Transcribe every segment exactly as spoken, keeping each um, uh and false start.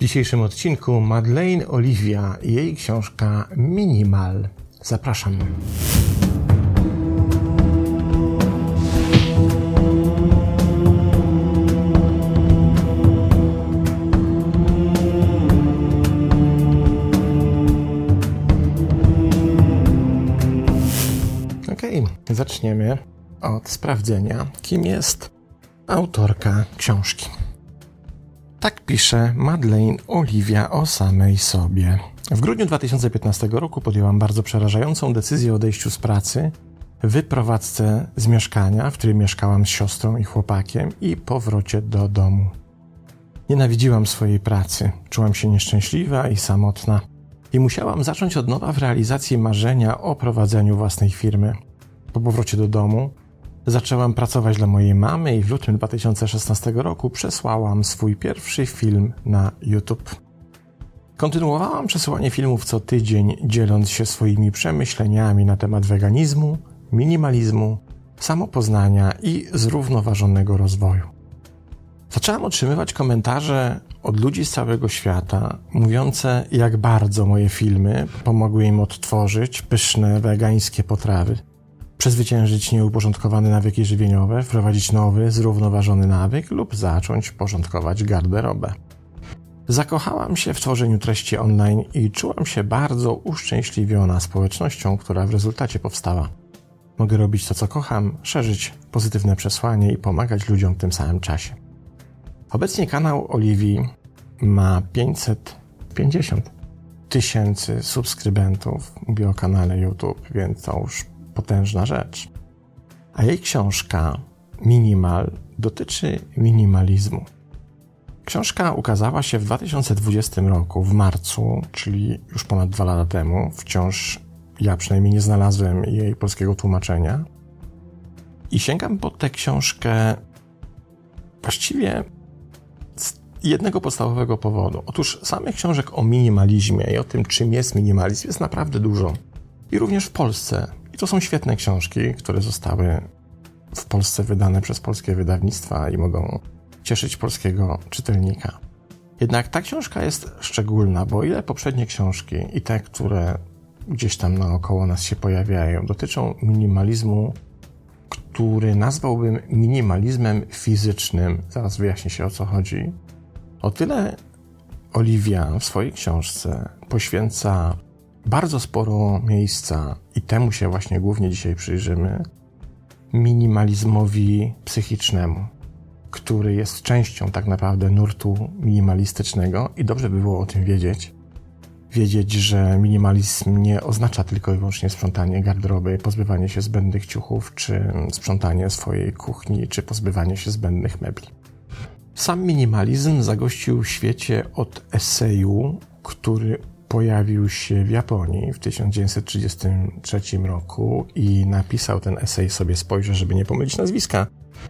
dzisiejszym odcinku Madeleine Olivia i jej książka Minimal. Zapraszam. Okej, okay, zaczniemy od sprawdzenia, kim jest autorka książki. Tak pisze Madeleine Olivia o samej sobie. W grudniu dwa tysiące piętnastego roku podjęłam bardzo przerażającą decyzję o odejściu z pracy, wyprowadzce z mieszkania, w którym mieszkałam z siostrą i chłopakiem, i powrocie do domu. Nienawidziłam swojej pracy, czułam się nieszczęśliwa i samotna i musiałam zacząć od nowa w realizacji marzenia o prowadzeniu własnej firmy. Po powrocie do domu zaczęłam pracować dla mojej mamy i w lutym dwa tysiące szesnastego roku przesłałam swój pierwszy film na YouTube. Kontynuowałam przesyłanie filmów co tydzień, dzieląc się swoimi przemyśleniami na temat weganizmu, minimalizmu, samopoznania i zrównoważonego rozwoju. Zaczęłam otrzymywać komentarze od ludzi z całego świata, mówiące, jak bardzo moje filmy pomogły im odtworzyć pyszne wegańskie potrawy, przezwyciężyć nieuporządkowane nawyki żywieniowe, wprowadzić nowy, zrównoważony nawyk lub zacząć porządkować garderobę. Zakochałam się w tworzeniu treści online i czułam się bardzo uszczęśliwiona społecznością, która w rezultacie powstała. Mogę robić to, co kocham, szerzyć pozytywne przesłanie i pomagać ludziom w tym samym czasie. Obecnie kanał Oliwii ma pięćset pięćdziesiąt tysięcy subskrybentów. Mówię o kanale YouTube, więc to już potężna rzecz. A jej książka Minimal dotyczy minimalizmu. Książka ukazała się w dwa tysiące dwudziestym roku, w marcu, czyli już ponad dwa lata temu. Wciąż ja przynajmniej nie znalazłem jej polskiego tłumaczenia. I sięgam po tę książkę właściwie z jednego podstawowego powodu. Otóż samych książek o minimalizmie i o tym, czym jest minimalizm, jest naprawdę dużo. I również w Polsce. I to są świetne książki, które zostały w Polsce wydane przez polskie wydawnictwa i mogą cieszyć polskiego czytelnika. Jednak ta książka jest szczególna, bo o ile poprzednie książki i te, które gdzieś tam naokoło nas się pojawiają, dotyczą minimalizmu, który nazwałbym minimalizmem fizycznym, zaraz wyjaśnię się, o co chodzi, o tyle Olivia w swojej książce poświęca bardzo sporo miejsca, i temu się właśnie głównie dzisiaj przyjrzymy, minimalizmowi psychicznemu, który jest częścią tak naprawdę nurtu minimalistycznego i dobrze by było o tym wiedzieć. Wiedzieć, że minimalizm nie oznacza tylko i wyłącznie sprzątanie garderoby, pozbywanie się zbędnych ciuchów, czy sprzątanie swojej kuchni, czy pozbywanie się zbędnych mebli. Sam minimalizm zagościł w świecie od eseju, który pojawił się w Japonii w tysiąc dziewięćset trzydziestym trzecim roku i napisał ten esej, sobie spojrzę, żeby nie pomylić nazwiska,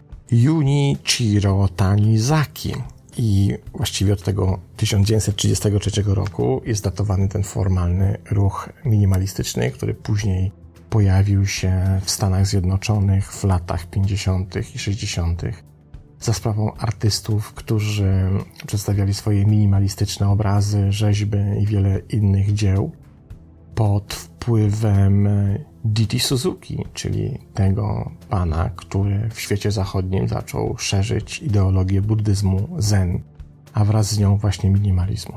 Junichiro Tanizaki. I właściwie od tego tysiąc dziewięćset trzydziestego trzeciego roku jest datowany ten formalny ruch minimalistyczny, który później pojawił się w Stanach Zjednoczonych w latach pięćdziesiątych i sześćdziesiątych za sprawą artystów, którzy przedstawiali swoje minimalistyczne obrazy, rzeźby i wiele innych dzieł pod wpływem D T Suzuki, czyli tego pana, który w świecie zachodnim zaczął szerzyć ideologię buddyzmu zen, a wraz z nią właśnie minimalizmu.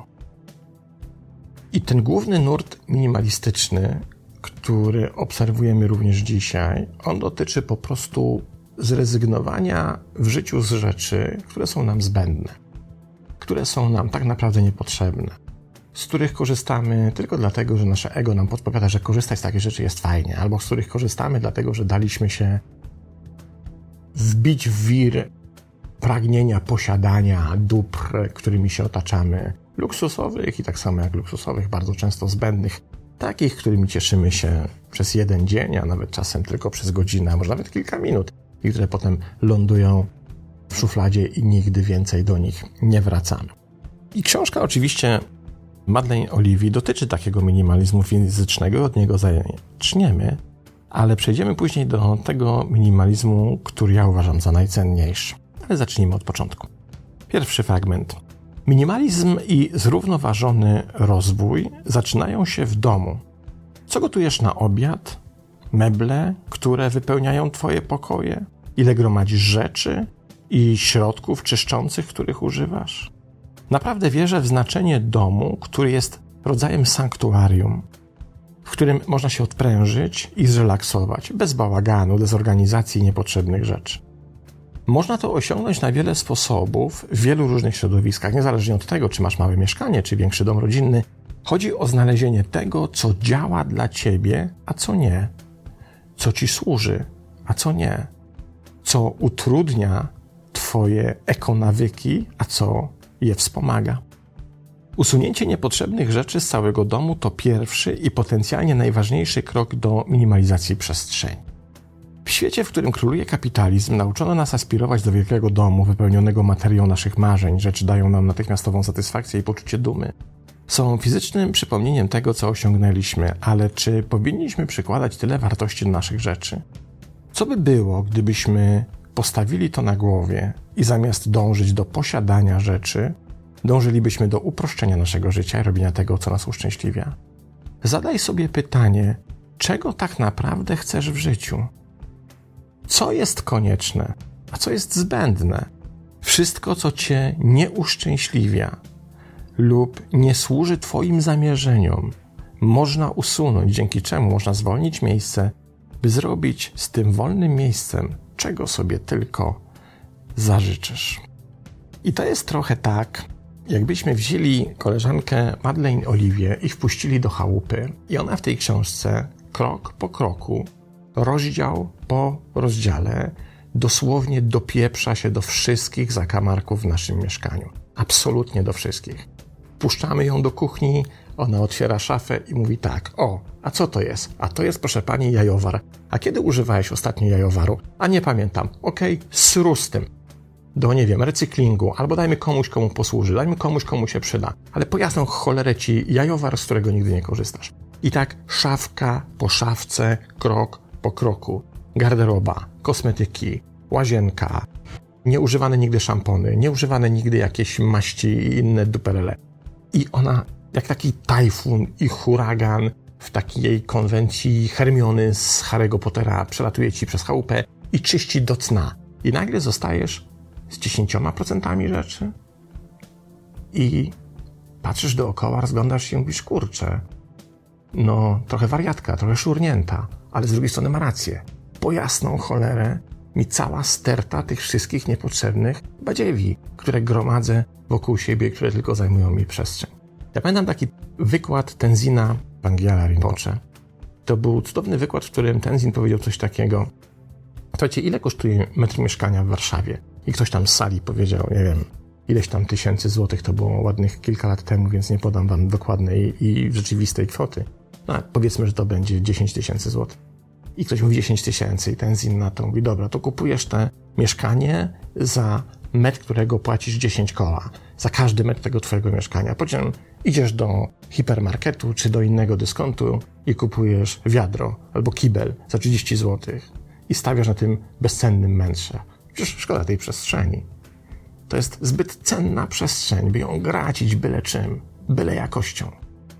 I ten główny nurt minimalistyczny, który obserwujemy również dzisiaj, on dotyczy po prostu zrezygnowania w życiu z rzeczy, które są nam zbędne, które są nam tak naprawdę niepotrzebne, z których korzystamy tylko dlatego, że nasze ego nam podpowiada, że korzystać z takich rzeczy jest fajnie, albo z których korzystamy dlatego, że daliśmy się wbić w wir pragnienia posiadania dóbr, którymi się otaczamy, luksusowych i tak samo jak luksusowych, bardzo często zbędnych, takich, którymi cieszymy się przez jeden dzień, a nawet czasem tylko przez godzinę, a może nawet kilka minut, i które potem lądują w szufladzie i nigdy więcej do nich nie wracamy. I książka oczywiście Madeleine Olivii dotyczy takiego minimalizmu fizycznego, od niego zaczniemy, ale przejdziemy później do tego minimalizmu, który ja uważam za najcenniejszy. Ale zacznijmy od początku. Pierwszy fragment. Minimalizm i zrównoważony rozwój zaczynają się w domu. Co gotujesz na obiad? Meble, które wypełniają twoje pokoje? Ile gromadzisz rzeczy i środków czyszczących, których używasz? Naprawdę wierzę w znaczenie domu, który jest rodzajem sanktuarium, w którym można się odprężyć i zrelaksować, bez bałaganu, dezorganizacji i niepotrzebnych rzeczy. Można to osiągnąć na wiele sposobów, w wielu różnych środowiskach, niezależnie od tego, czy masz małe mieszkanie, czy większy dom rodzinny. Chodzi o znalezienie tego, co działa dla ciebie, a co nie. Co ci służy, a co nie. Co utrudnia twoje ekonawyki, a co je wspomaga. Usunięcie niepotrzebnych rzeczy z całego domu to pierwszy i potencjalnie najważniejszy krok do minimalizacji przestrzeni. W świecie, w którym króluje kapitalizm, nauczono nas aspirować do wielkiego domu wypełnionego materią naszych marzeń. Rzeczy dają nam natychmiastową satysfakcję i poczucie dumy. Są fizycznym przypomnieniem tego, co osiągnęliśmy, ale czy powinniśmy przykładać tyle wartości do naszych rzeczy? Co by było, gdybyśmy postawili to na głowie i zamiast dążyć do posiadania rzeczy, dążylibyśmy do uproszczenia naszego życia i robienia tego, co nas uszczęśliwia? Zadaj sobie pytanie, czego tak naprawdę chcesz w życiu? Co jest konieczne, a co jest zbędne? Wszystko, co cię nie uszczęśliwia lub nie służy twoim zamierzeniom, można usunąć, dzięki czemu można zwolnić miejsce, by zrobić z tym wolnym miejscem, czego sobie tylko zażyczysz. I to jest trochę tak, jakbyśmy wzięli koleżankę Madeleine Olivier i wpuścili do chałupy i ona w tej książce krok po kroku, rozdział po rozdziale dosłownie dopieprza się do wszystkich zakamarków w naszym mieszkaniu. Absolutnie do wszystkich. Puszczamy ją do kuchni, ona otwiera szafę i mówi tak, o, a co to jest? A to jest, proszę pani, jajowar. A kiedy używałeś ostatnio jajowaru? A nie pamiętam. Okej, okay, sru z tym. Do, nie wiem, recyklingu, albo dajmy komuś, komu posłuży, dajmy komuś, komu się przyda. Ale po jasną cholerę ci jajowar, z którego nigdy nie korzystasz. I tak szafka po szafce, krok po kroku. Garderoba, kosmetyki, łazienka, nieużywane nigdy szampony, nieużywane nigdy jakieś maści i inne duperele. I ona, jak taki tajfun i huragan w takiej konwencji Hermiony z Harry'ego Pottera, przelatuje ci przez chałupę i czyści do cna. I nagle zostajesz z dziesięcioma procentami rzeczy i patrzysz dookoła, rozglądasz się i mówisz, kurczę, no trochę wariatka, trochę szurnięta, ale z drugiej strony ma rację. Po jasną cholerę mi cała sterta tych wszystkich niepotrzebnych badziewi, które gromadzę wokół siebie, które tylko zajmują mi przestrzeń. Ja pamiętam taki wykład Tenzina Wangyala Rinpoche. To był cudowny wykład, w którym Tenzin powiedział coś takiego. Słuchajcie, ile kosztuje metr mieszkania w Warszawie? I ktoś tam z sali powiedział, nie wiem, ileś tam tysięcy złotych, to było ładnych kilka lat temu, więc nie podam wam dokładnej i rzeczywistej kwoty. No, powiedzmy, że to będzie dziesięć tysięcy złotych. I ktoś mówi dziesięć tysięcy i Tenzin na to mówi, dobra, to kupujesz te mieszkanie za metr, którego płacisz dziesięć koła. Za każdy metr tego twojego mieszkania. Potem idziesz do hipermarketu czy do innego dyskontu i kupujesz wiadro albo kibel za trzydzieści złotych i stawiasz na tym bezcennym metrze. Przecież szkoda tej przestrzeni. To jest zbyt cenna przestrzeń, by ją gracić byle czym, byle jakością.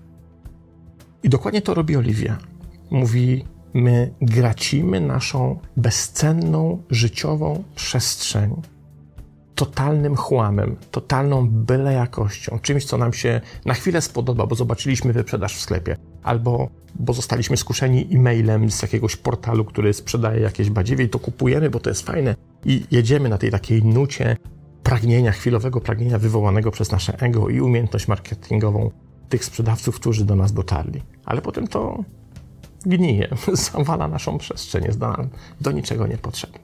I dokładnie to robi Olivia. Mówi, my gracimy naszą bezcenną, życiową przestrzeń totalnym chłamem, totalną byle jakością, czymś, co nam się na chwilę spodoba, bo zobaczyliśmy wyprzedaż w sklepie, albo bo zostaliśmy skuszeni e-mailem z jakiegoś portalu, który sprzedaje jakieś badziewie i to kupujemy, bo to jest fajne i jedziemy na tej takiej nucie pragnienia, chwilowego pragnienia wywołanego przez nasze ego i umiejętność marketingową tych sprzedawców, którzy do nas dotarli. Ale potem to gnije, zawala naszą przestrzeń, jest do, do niczego niepotrzebny.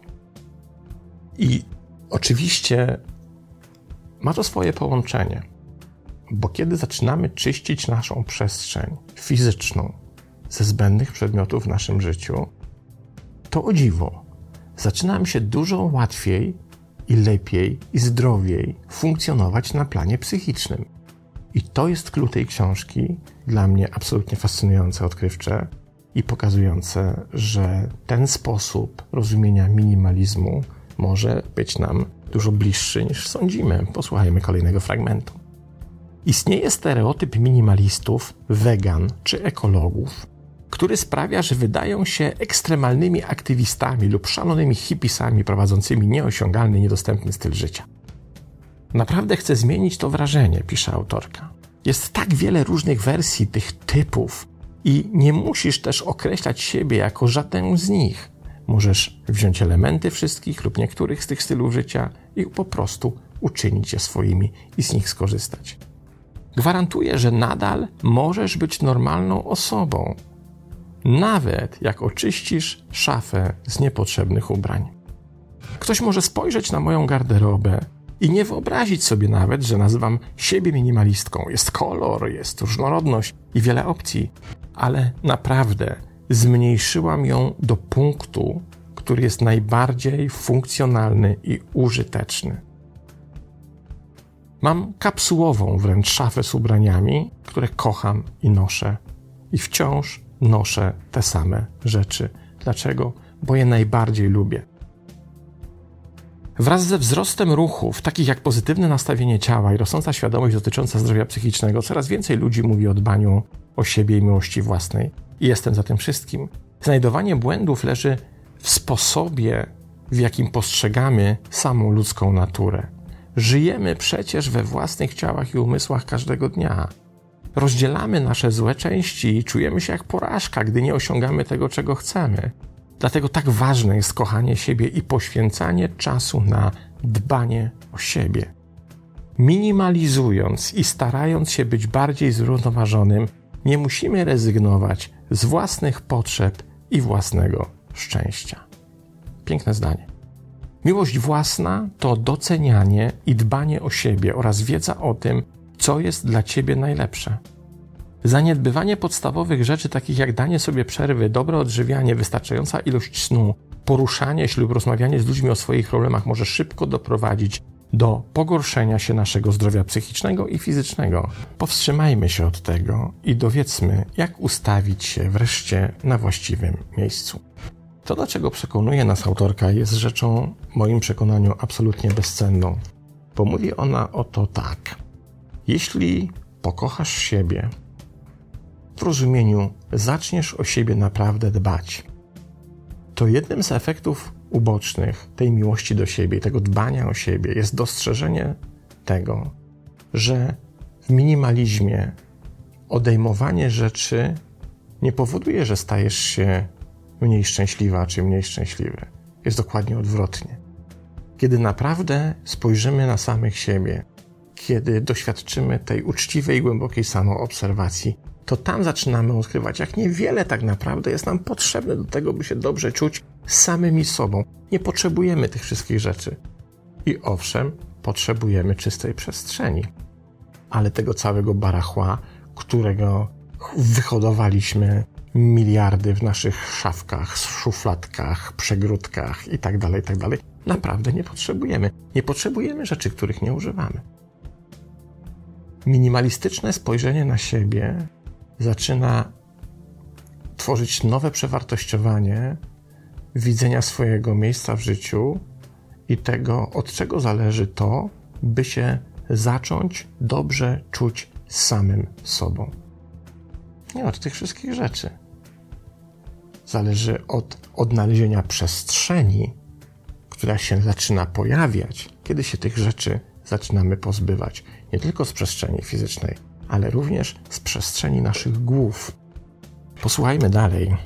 I oczywiście ma to swoje połączenie, bo kiedy zaczynamy czyścić naszą przestrzeń fizyczną ze zbędnych przedmiotów w naszym życiu, to o dziwo, zaczyna nam się dużo łatwiej i lepiej i zdrowiej funkcjonować na planie psychicznym. I to jest klucz tej książki, dla mnie absolutnie fascynujące, odkrywcze i pokazujące, że ten sposób rozumienia minimalizmu może być nam dużo bliższy niż sądzimy. Posłuchajmy kolejnego fragmentu. Istnieje stereotyp minimalistów, wegan czy ekologów, który sprawia, że wydają się ekstremalnymi aktywistami lub szalonymi hipisami prowadzącymi nieosiągalny, niedostępny styl życia. Naprawdę chcę zmienić to wrażenie, pisze autorka. Jest tak wiele różnych wersji tych typów i nie musisz też określać siebie jako żadną z nich. Możesz wziąć elementy wszystkich lub niektórych z tych stylów życia i po prostu uczynić je swoimi i z nich skorzystać. Gwarantuję, że nadal możesz być normalną osobą, nawet jak oczyścisz szafę z niepotrzebnych ubrań. Ktoś może spojrzeć na moją garderobę i nie wyobrazić sobie nawet, że nazywam siebie minimalistką. Jest kolor, jest różnorodność i wiele opcji, ale naprawdę zmniejszyłam ją do punktu, który jest najbardziej funkcjonalny i użyteczny. Mam kapsułową wręcz szafę z ubraniami, które kocham i noszę. I wciąż noszę te same rzeczy. Dlaczego? Bo je najbardziej lubię. Wraz ze wzrostem ruchów, takich jak pozytywne nastawienie ciała i rosnąca świadomość dotycząca zdrowia psychicznego, coraz więcej ludzi mówi o dbaniu o siebie i miłości własnej. I jestem za tym wszystkim. Znajdowanie błędów leży w sposobie, w jakim postrzegamy samą ludzką naturę. Żyjemy przecież we własnych ciałach i umysłach każdego dnia. Rozdzielamy nasze złe części i czujemy się jak porażka, gdy nie osiągamy tego, czego chcemy. Dlatego tak ważne jest kochanie siebie i poświęcanie czasu na dbanie o siebie. Minimalizując i starając się być bardziej zrównoważonym, nie musimy rezygnować z własnych potrzeb i własnego szczęścia. Piękne zdanie. Miłość własna to docenianie i dbanie o siebie oraz wiedza o tym, co jest dla ciebie najlepsze. Zaniedbywanie podstawowych rzeczy, takich jak danie sobie przerwy, dobre odżywianie, wystarczająca ilość snu, poruszanie się lub rozmawianie z ludźmi o swoich problemach może szybko doprowadzić do pogorszenia się naszego zdrowia psychicznego i fizycznego. Powstrzymajmy się od tego i dowiedzmy, jak ustawić się wreszcie na właściwym miejscu. To, do czego przekonuje nas autorka, jest rzeczą, w moim przekonaniu, absolutnie bezcenną. Bo mówi ona oto tak. Jeśli pokochasz siebie, w rozumieniu zaczniesz o siebie naprawdę dbać, to jednym z efektów ubocznych tej miłości do siebie, tego dbania o siebie jest dostrzeżenie tego, że w minimalizmie odejmowanie rzeczy nie powoduje, że stajesz się mniej szczęśliwa czy mniej szczęśliwy. Jest dokładnie odwrotnie. Kiedy naprawdę spojrzymy na samych siebie, kiedy doświadczymy tej uczciwej, głębokiej samoobserwacji, to tam zaczynamy odkrywać, jak niewiele tak naprawdę jest nam potrzebne do tego, by się dobrze czuć samymi sobą. Nie potrzebujemy tych wszystkich rzeczy. I owszem, potrzebujemy czystej przestrzeni. Ale tego całego barachła, którego wyhodowaliśmy miliardy w naszych szafkach, szufladkach, przegródkach itd., itd., naprawdę nie potrzebujemy. Nie potrzebujemy rzeczy, których nie używamy. Minimalistyczne spojrzenie na siebie zaczyna tworzyć nowe przewartościowanie widzenia swojego miejsca w życiu i tego, od czego zależy to, by się zacząć dobrze czuć samym sobą. Nie od tych wszystkich rzeczy. Zależy od odnalezienia przestrzeni, która się zaczyna pojawiać, kiedy się tych rzeczy zaczynamy pozbywać. Nie tylko z przestrzeni fizycznej, ale również z przestrzeni naszych głów. Posłuchajmy dalej.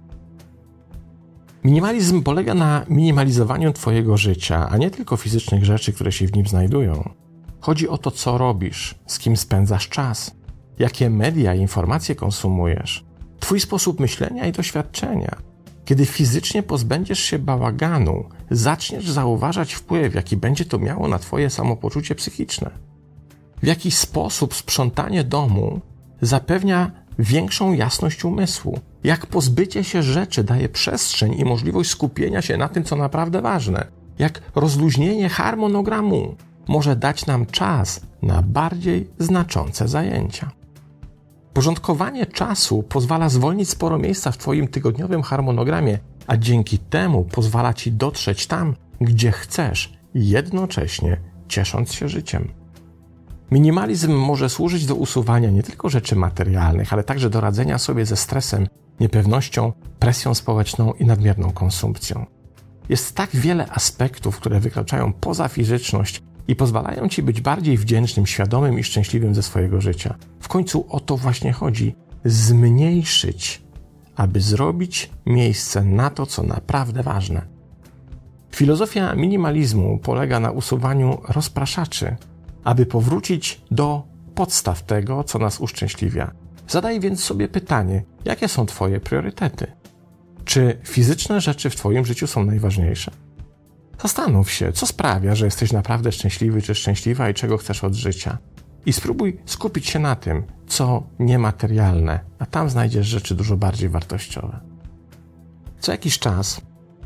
Minimalizm polega na minimalizowaniu twojego życia, a nie tylko fizycznych rzeczy, które się w nim znajdują. Chodzi o to, co robisz, z kim spędzasz czas, jakie media i informacje konsumujesz, twój sposób myślenia i doświadczenia. Kiedy fizycznie pozbędziesz się bałaganu, zaczniesz zauważać wpływ, jaki będzie to miało na twoje samopoczucie psychiczne. W jaki sposób sprzątanie domu zapewnia większą jasność umysłu. Jak pozbycie się rzeczy daje przestrzeń i możliwość skupienia się na tym, co naprawdę ważne. Jak rozluźnienie harmonogramu może dać nam czas na bardziej znaczące zajęcia. Porządkowanie czasu pozwala zwolnić sporo miejsca w twoim tygodniowym harmonogramie, a dzięki temu pozwala ci dotrzeć tam, gdzie chcesz, jednocześnie ciesząc się życiem. Minimalizm może służyć do usuwania nie tylko rzeczy materialnych, ale także do radzenia sobie ze stresem, niepewnością, presją społeczną i nadmierną konsumpcją. Jest tak wiele aspektów, które wykraczają poza fizyczność i pozwalają Ci być bardziej wdzięcznym, świadomym i szczęśliwym ze swojego życia. W końcu o to właśnie chodzi. Zmniejszyć, aby zrobić miejsce na to, co naprawdę ważne. Filozofia minimalizmu polega na usuwaniu rozpraszaczy, aby powrócić do podstaw tego, co nas uszczęśliwia. Zadaj więc sobie pytanie, jakie są Twoje priorytety? Czy fizyczne rzeczy w Twoim życiu są najważniejsze? Zastanów się, co sprawia, że jesteś naprawdę szczęśliwy czy szczęśliwa i czego chcesz od życia. I spróbuj skupić się na tym, co niematerialne, a tam znajdziesz rzeczy dużo bardziej wartościowe. Co jakiś czas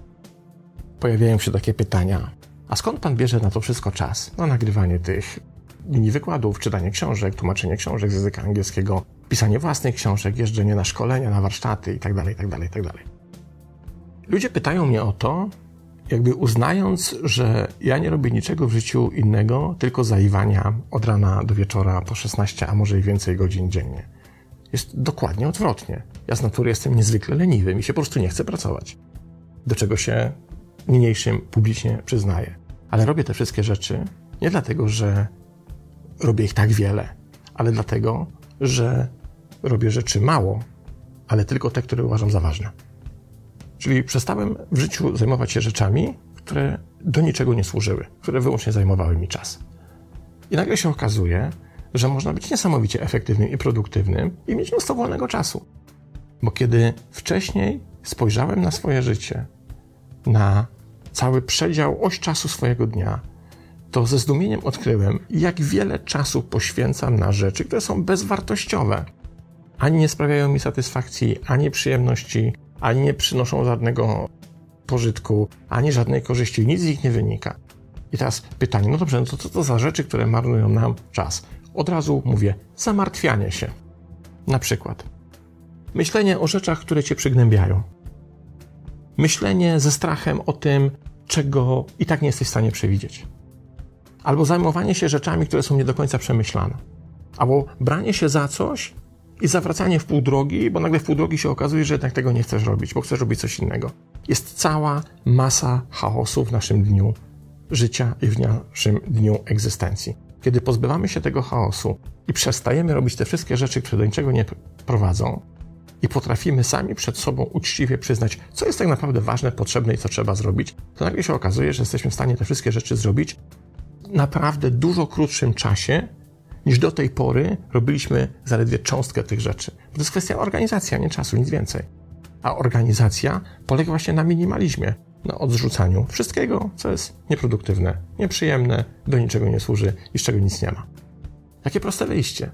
pojawiają się takie pytania, a skąd Pan bierze na to wszystko czas? Na nagrywanie tych mini wykładów, czytanie książek, tłumaczenie książek z języka angielskiego, pisanie własnych książek, jeżdżenie na szkolenia, na warsztaty itd., itd., itd. Ludzie pytają mnie o to, jakby uznając, że ja nie robię niczego w życiu innego, tylko zaiwania od rana do wieczora po szesnaście, a może i więcej godzin dziennie. Jest dokładnie odwrotnie. Ja z natury jestem niezwykle leniwy, mi się po prostu nie chce pracować. Do czego się niniejszym publicznie przyznaję. Ale robię te wszystkie rzeczy nie dlatego, że robię ich tak wiele, ale dlatego, że robię rzeczy mało, ale tylko te, które uważam za ważne. Czyli przestałem w życiu zajmować się rzeczami, które do niczego nie służyły, które wyłącznie zajmowały mi czas. I nagle się okazuje, że można być niesamowicie efektywnym i produktywnym i mieć mnóstwo wolnego czasu. Bo kiedy wcześniej spojrzałem na swoje życie, na cały przedział, oś czasu swojego dnia, to ze zdumieniem odkryłem, jak wiele czasu poświęcam na rzeczy, które są bezwartościowe. Ani nie sprawiają mi satysfakcji, ani przyjemności, ani nie przynoszą żadnego pożytku, ani żadnej korzyści. Nic z nich nie wynika. I teraz pytanie, no dobrze, no to co to za rzeczy, które marnują nam czas? Od razu mówię, zamartwianie się. Na przykład myślenie o rzeczach, które cię przygnębiają. Myślenie ze strachem o tym, czego i tak nie jesteś w stanie przewidzieć. Albo zajmowanie się rzeczami, które są nie do końca przemyślane. Albo branie się za coś i zawracanie w pół drogi, bo nagle w pół drogi się okazuje, że jednak tego nie chcesz robić, bo chcesz robić coś innego. Jest cała masa chaosu w naszym dniu życia i w naszym dniu egzystencji. Kiedy pozbywamy się tego chaosu i przestajemy robić te wszystkie rzeczy, które do niczego nie prowadzą i potrafimy sami przed sobą uczciwie przyznać, co jest tak naprawdę ważne, potrzebne i co trzeba zrobić, to nagle się okazuje, że jesteśmy w stanie te wszystkie rzeczy zrobić w naprawdę dużo krótszym czasie, niż do tej pory robiliśmy zaledwie cząstkę tych rzeczy. Bo to jest kwestia organizacji, a nie czasu, nic więcej. A organizacja polega właśnie na minimalizmie, na odrzucaniu wszystkiego, co jest nieproduktywne, nieprzyjemne, do niczego nie służy i z czego nic nie ma. Jakie proste wyjście.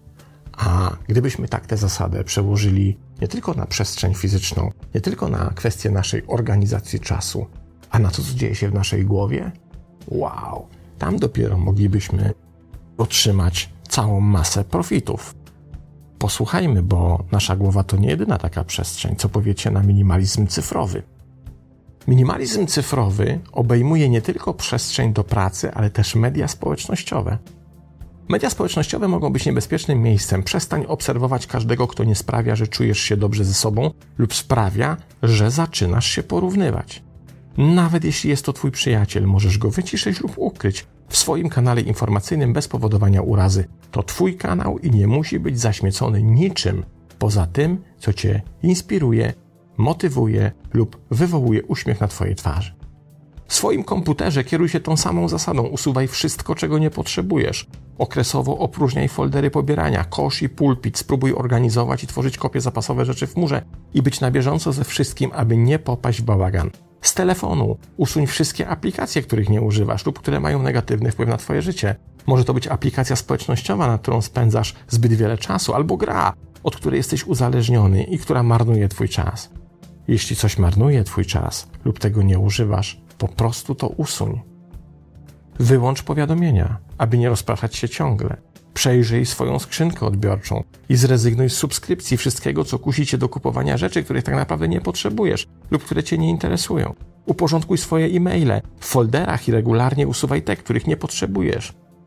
A gdybyśmy tak tę zasadę przełożyli nie tylko na przestrzeń fizyczną, nie tylko na kwestię naszej organizacji czasu, a na to, co dzieje się w naszej głowie, wow, tam dopiero moglibyśmy otrzymać całą masę profitów. Posłuchajmy, bo nasza głowa to nie jedyna taka przestrzeń. Co powiecie na minimalizm cyfrowy? Minimalizm cyfrowy obejmuje nie tylko przestrzeń do pracy, ale też media społecznościowe. Media społecznościowe mogą być niebezpiecznym miejscem. Przestań obserwować każdego, kto nie sprawia, że czujesz się dobrze ze sobą lub sprawia, że zaczynasz się porównywać. Nawet jeśli jest to twój przyjaciel, możesz go wyciszyć lub ukryć w swoim kanale informacyjnym bez powodowania urazy. To twój kanał i nie musi być zaśmiecony niczym poza tym, co cię inspiruje, motywuje lub wywołuje uśmiech na twojej twarzy. W swoim komputerze kieruj się tą samą zasadą. Usuwaj wszystko, czego nie potrzebujesz. Okresowo opróżniaj foldery pobierania, kosz i pulpit. Spróbuj organizować i tworzyć kopie zapasowe rzeczy w chmurze i być na bieżąco ze wszystkim, aby nie popaść w bałagan. Z telefonu usuń wszystkie aplikacje, których nie używasz lub które mają negatywny wpływ na twoje życie. Może to być aplikacja społecznościowa, na którą spędzasz zbyt wiele czasu, albo gra, od której jesteś uzależniony i która marnuje twój czas. Jeśli coś marnuje twój czas lub tego nie używasz, po prostu to usuń. Wyłącz powiadomienia, aby nie rozpraszać się ciągle. Przejrzyj swoją skrzynkę odbiorczą i zrezygnuj z subskrypcji wszystkiego, co kusi cię do kupowania rzeczy, których tak naprawdę nie potrzebujesz lub które cię nie interesują. Uporządkuj swoje e-maile w folderach i regularnie usuwaj te, których nie potrzebujesz.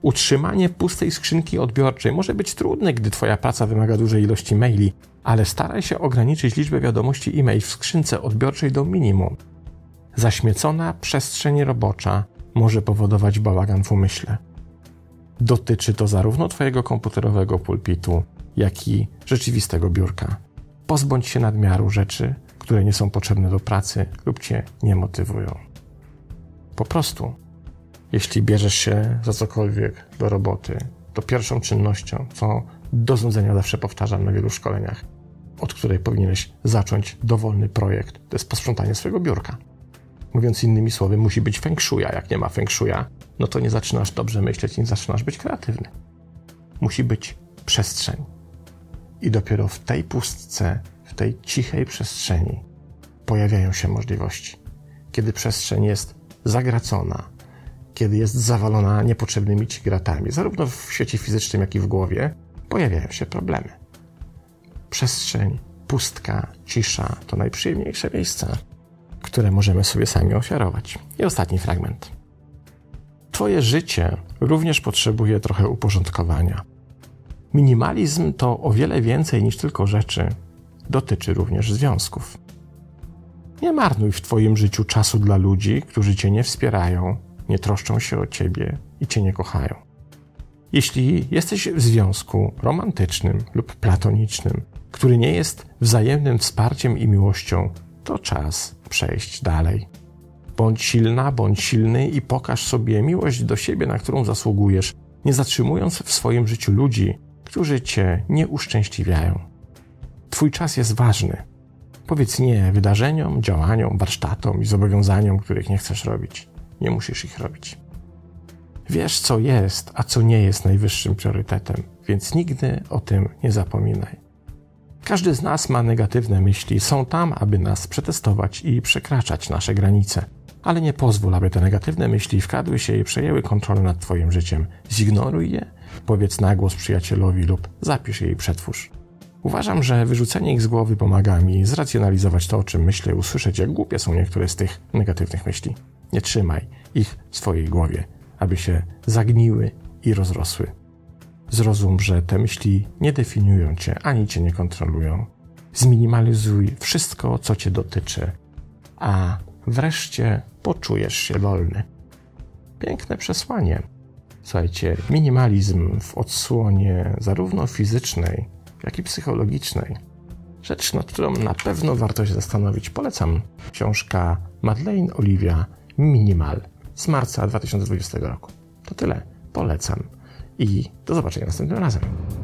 Utrzymanie pustej skrzynki odbiorczej może być trudne, gdy twoja praca wymaga dużej ilości maili, ale staraj się ograniczyć liczbę wiadomości e-mail w skrzynce odbiorczej do minimum. Zaśmiecona przestrzeń robocza może powodować bałagan w umyśle. Dotyczy to zarówno twojego komputerowego pulpitu, jak i rzeczywistego biurka. Pozbądź się nadmiaru rzeczy, które nie są potrzebne do pracy lub cię nie motywują. Po prostu, jeśli bierzesz się za cokolwiek do roboty, to pierwszą czynnością, co do znudzenia zawsze powtarzam na wielu szkoleniach, od której powinieneś zacząć dowolny projekt, to jest posprzątanie swojego biurka. Mówiąc innymi słowy, musi być feng shui, a jak nie ma feng shui'a, no to nie zaczynasz dobrze myśleć, nie zaczynasz być kreatywny. Musi być przestrzeń. I dopiero w tej pustce, w tej cichej przestrzeni pojawiają się możliwości. Kiedy przestrzeń jest zagracona, kiedy jest zawalona niepotrzebnymi ci gratami, zarówno w świecie fizycznym, jak i w głowie, pojawiają się problemy. Przestrzeń, pustka, cisza to najprzyjemniejsze miejsca, które możemy sobie sami ofiarować. I ostatni fragment. Twoje życie również potrzebuje trochę uporządkowania. Minimalizm to o wiele więcej niż tylko rzeczy. Dotyczy również związków. Nie marnuj w twoim życiu czasu dla ludzi, którzy cię nie wspierają, nie troszczą się o ciebie i cię nie kochają. Jeśli jesteś w związku romantycznym lub platonicznym, który nie jest wzajemnym wsparciem i miłością, to czas przejść dalej. Bądź silna, bądź silny i pokaż sobie miłość do siebie, na którą zasługujesz, nie zatrzymując w swoim życiu ludzi, którzy cię nie uszczęśliwiają. Twój czas jest ważny. Powiedz nie wydarzeniom, działaniom, warsztatom i zobowiązaniom, których nie chcesz robić. Nie musisz ich robić. Wiesz, co jest, a co nie jest najwyższym priorytetem, więc nigdy o tym nie zapominaj. Każdy z nas ma negatywne myśli, są tam, aby nas przetestować i przekraczać nasze granice. Ale nie pozwól, aby te negatywne myśli wkradły się i przejęły kontrolę nad twoim życiem. Zignoruj je, powiedz na głos przyjacielowi lub zapisz je i przetwórz. Uważam, że wyrzucenie ich z głowy pomaga mi zracjonalizować to, o czym myślę i usłyszeć, jak głupie są niektóre z tych negatywnych myśli. Nie trzymaj ich w swojej głowie, aby się zagniły i rozrosły. Zrozum, że te myśli nie definiują cię, ani cię nie kontrolują. Zminimalizuj wszystko, co cię dotyczy, a wreszcie poczujesz się wolny. Piękne przesłanie. Słuchajcie, minimalizm w odsłonie zarówno fizycznej, jak i psychologicznej. Rzecz, nad którą na pewno warto się zastanowić. Polecam książka Madeleine Olivia Minimal z marca dwa tysiące dwudziestego roku. To tyle. Polecam. I do zobaczenia następnym razem.